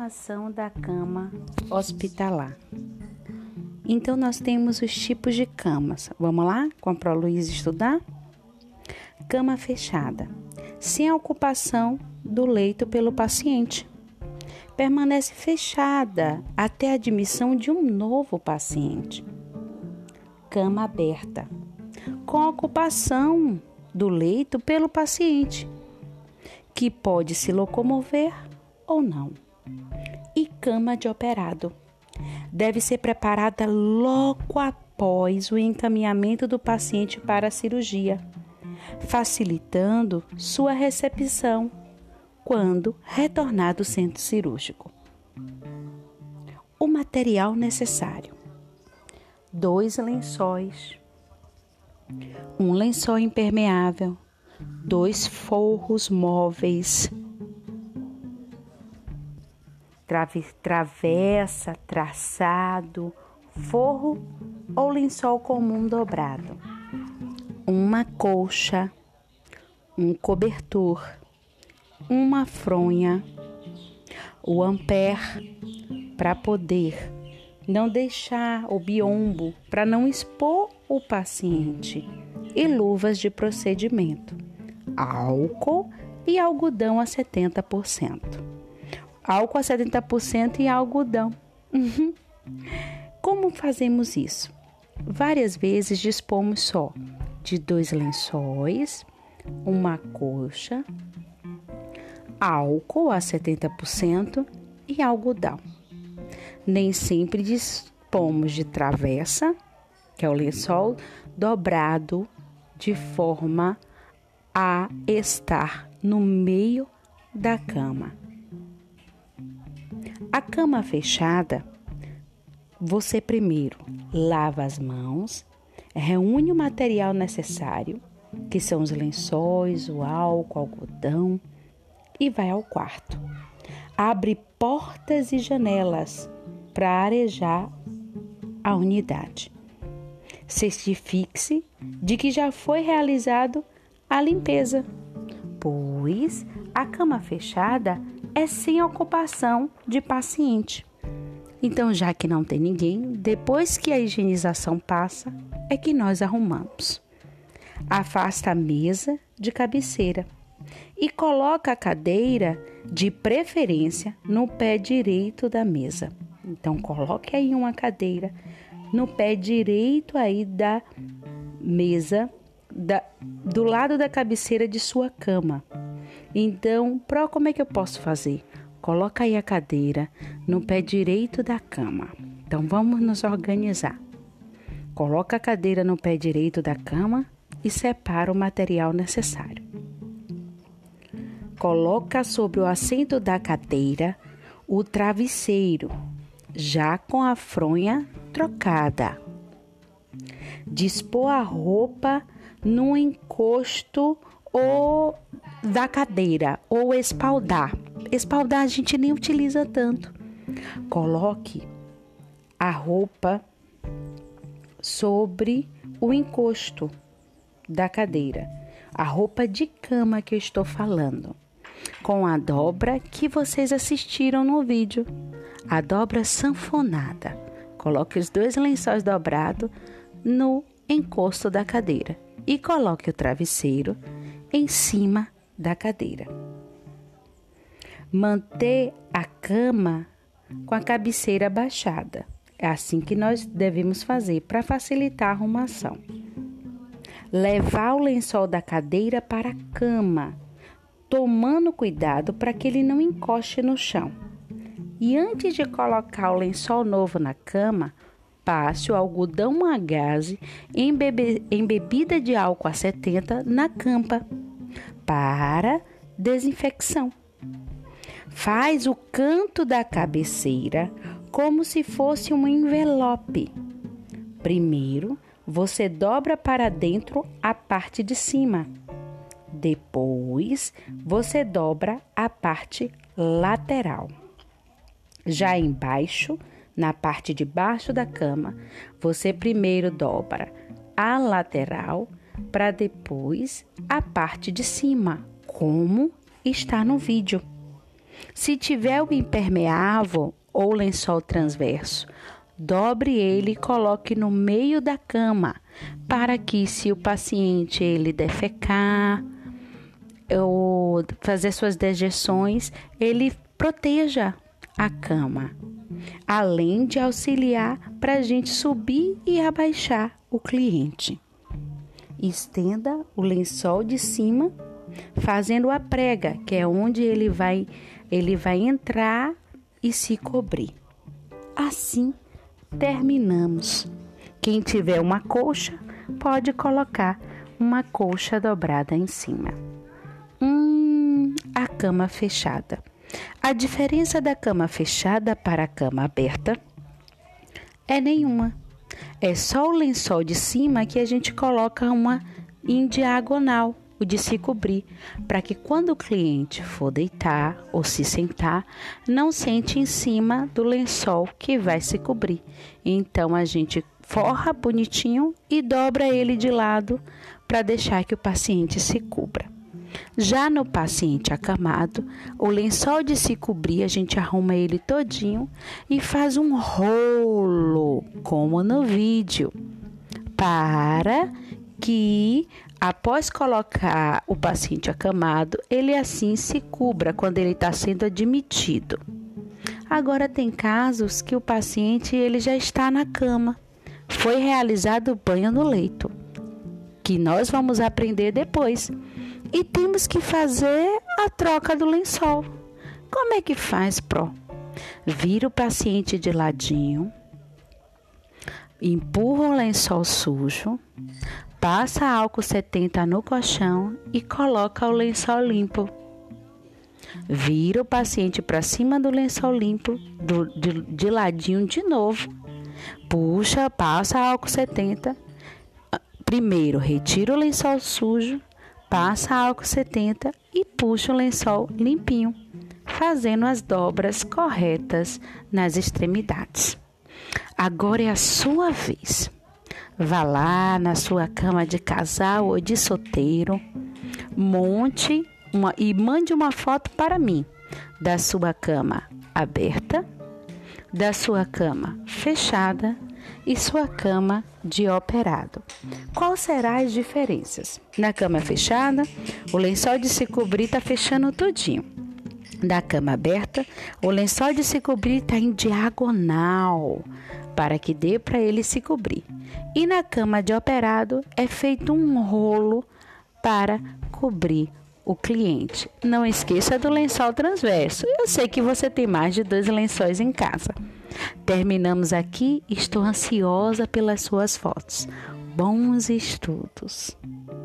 Formação da cama hospitalar. Então, nós temos os tipos de camas. Vamos lá com a ProLuiz estudar? Cama fechada, sem ocupação do leito pelo paciente. Permanece fechada até a admissão de um novo paciente. Cama aberta, com ocupação do leito pelo paciente, que pode se locomover ou não. E cama de operado. Deve ser preparada logo após o encaminhamento do paciente para a cirurgia, facilitando sua recepção quando retornar do centro cirúrgico. O material necessário: 2 lençóis, um lençol impermeável, 2 forros móveis, travessa, traçado, forro ou lençol comum dobrado, uma colcha, um cobertor, uma fronha, o ampère para poder não deixar o biombo, para não expor o paciente, e luvas de procedimento, álcool e algodão a 70%. Álcool a 70% e algodão. Como fazemos isso? Várias vezes dispomos só de 2 lençóis, uma colcha, álcool a 70% e algodão. Nem sempre dispomos de travessa, que é o lençol dobrado de forma a estar no meio da cama. A cama fechada, você primeiro lava as mãos, reúne o material necessário, que são os lençóis, o álcool, o algodão, e vai ao quarto. Abre portas e janelas para arejar a unidade. Certifique-se de que já foi realizado a limpeza, pois a cama fechada é sem ocupação de paciente. Então, já que não tem ninguém, depois que a higienização passa, é que nós arrumamos. Afasta a mesa de cabeceira e coloca a cadeira, de preferência, no pé direito da mesa. Então, coloque aí uma cadeira no pé direito aí da mesa, do lado da cabeceira de sua cama. Então, como é que eu posso fazer? Coloca aí a cadeira no pé direito da cama. Então, vamos nos organizar. Coloca a cadeira no pé direito da cama e separa o material necessário. Coloca sobre o assento da cadeira o travesseiro, já com a fronha trocada. Dispor a roupa no encosto ou da cadeira, ou espaldar. Espaldar a gente nem utiliza tanto. Coloque a roupa sobre o encosto da cadeira. A roupa de cama que eu estou falando, com a dobra que vocês assistiram no vídeo, a dobra sanfonada. Coloque os 2 lençóis dobrados no encosto da cadeira e coloque o travesseiro em cima da cadeira. Manter a cama com a cabeceira baixada. É assim que nós devemos fazer para facilitar a arrumação. Levar o lençol da cadeira para a cama, tomando cuidado para que ele não encoste no chão. E antes de colocar o lençol novo na cama, passe o algodão a gaze embebida de álcool a 70 na campa para desinfecção. Faz o canto da cabeceira como se fosse um envelope. Primeiro, você dobra para dentro a parte de cima. Depois, você dobra a parte lateral. Já embaixo, na parte de baixo da cama, você primeiro dobra a lateral para depois a parte de cima, como está no vídeo. Se tiver o impermeável ou lençol transverso, dobre ele e coloque no meio da cama, para que se o paciente ele defecar ou fazer suas dejeções, ele proteja a cama, além de auxiliar para a gente subir e abaixar o cliente. Estenda o lençol de cima, fazendo a prega, que é onde ele vai entrar e se cobrir. Assim, terminamos. Quem tiver uma colcha, pode colocar uma colcha dobrada em cima. A cama fechada. A diferença da cama fechada para a cama aberta é nenhuma. É só o lençol de cima que a gente coloca uma em diagonal, o de se cobrir, para que quando o cliente for deitar ou se sentar, não sente em cima do lençol que vai se cobrir. Então a gente forra bonitinho e dobra ele de lado para deixar que o paciente se cubra. Já no paciente acamado, o lençol de se cobrir, a gente arruma ele todinho e faz um rolo, como no vídeo, para que após colocar o paciente acamado, ele assim se cubra quando ele está sendo admitido. Agora tem casos que o paciente ele já está na cama, foi realizado o banho no leito, que nós vamos aprender depois. E temos que fazer a troca do lençol. Como é que faz, Pro? Vira o paciente de ladinho, empurra o lençol sujo, passa álcool 70 no colchão e coloca o lençol limpo. Vira o paciente para cima do lençol limpo, de ladinho de novo. Puxa, passa álcool 70. Primeiro, retira o lençol sujo, passa álcool 70 e puxa o lençol limpinho, fazendo as dobras corretas nas extremidades. Agora é a sua vez. Vá lá na sua cama de casal ou de solteiro, e mande uma foto para mim da sua cama aberta, da sua cama fechada e sua cama de operado. Quais serão as diferenças? Na cama fechada, o lençol de se cobrir está fechando tudinho. Da cama aberta, o lençol de se cobrir está em diagonal, para que dê para ele se cobrir. E na cama de operado, é feito um rolo para cobrir o cliente. Não esqueça do lençol transverso. Eu sei que você tem mais de 2 lençóis em casa. Terminamos aqui. Estou ansiosa pelas suas fotos. Bons estudos!